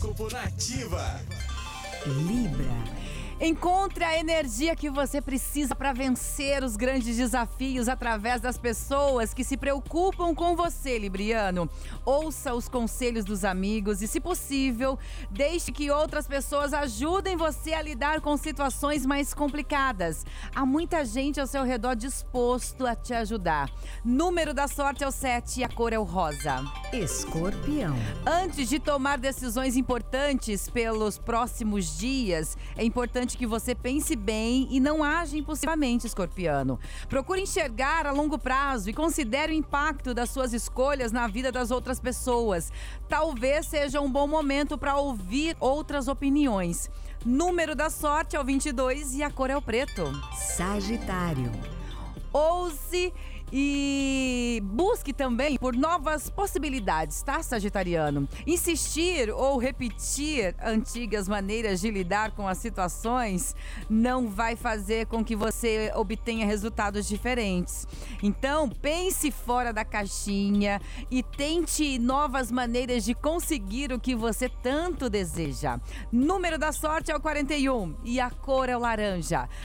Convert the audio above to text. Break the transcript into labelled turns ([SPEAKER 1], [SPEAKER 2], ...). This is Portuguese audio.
[SPEAKER 1] Horóscopo Nativa.
[SPEAKER 2] Libra. Encontre a energia que você precisa para vencer os grandes desafios através das pessoas que se preocupam com você, libriano. Ouça os conselhos dos amigos e, se possível, deixe que outras pessoas ajudem você a lidar com situações mais complicadas. Há muita gente ao seu redor disposto a te ajudar. Número da sorte é o 7 e a cor é o rosa.
[SPEAKER 3] Escorpião.
[SPEAKER 2] Antes de tomar decisões importantes pelos próximos dias, é importante que você pense bem e não age impulsivamente, escorpiano. Procure enxergar a longo prazo e considere o impacto das suas escolhas na vida das outras pessoas. Talvez seja um bom momento para ouvir outras opiniões. Número da sorte é o 22 e a cor é o preto.
[SPEAKER 3] Sagitário.
[SPEAKER 2] Ouse e busque também por novas possibilidades, tá, sagitariano? Insistir ou repetir antigas maneiras de lidar com as situações não vai fazer com que você obtenha resultados diferentes. Então, pense fora da caixinha e tente novas maneiras de conseguir o que você tanto deseja. Número da sorte é o 41 e a cor é o laranja.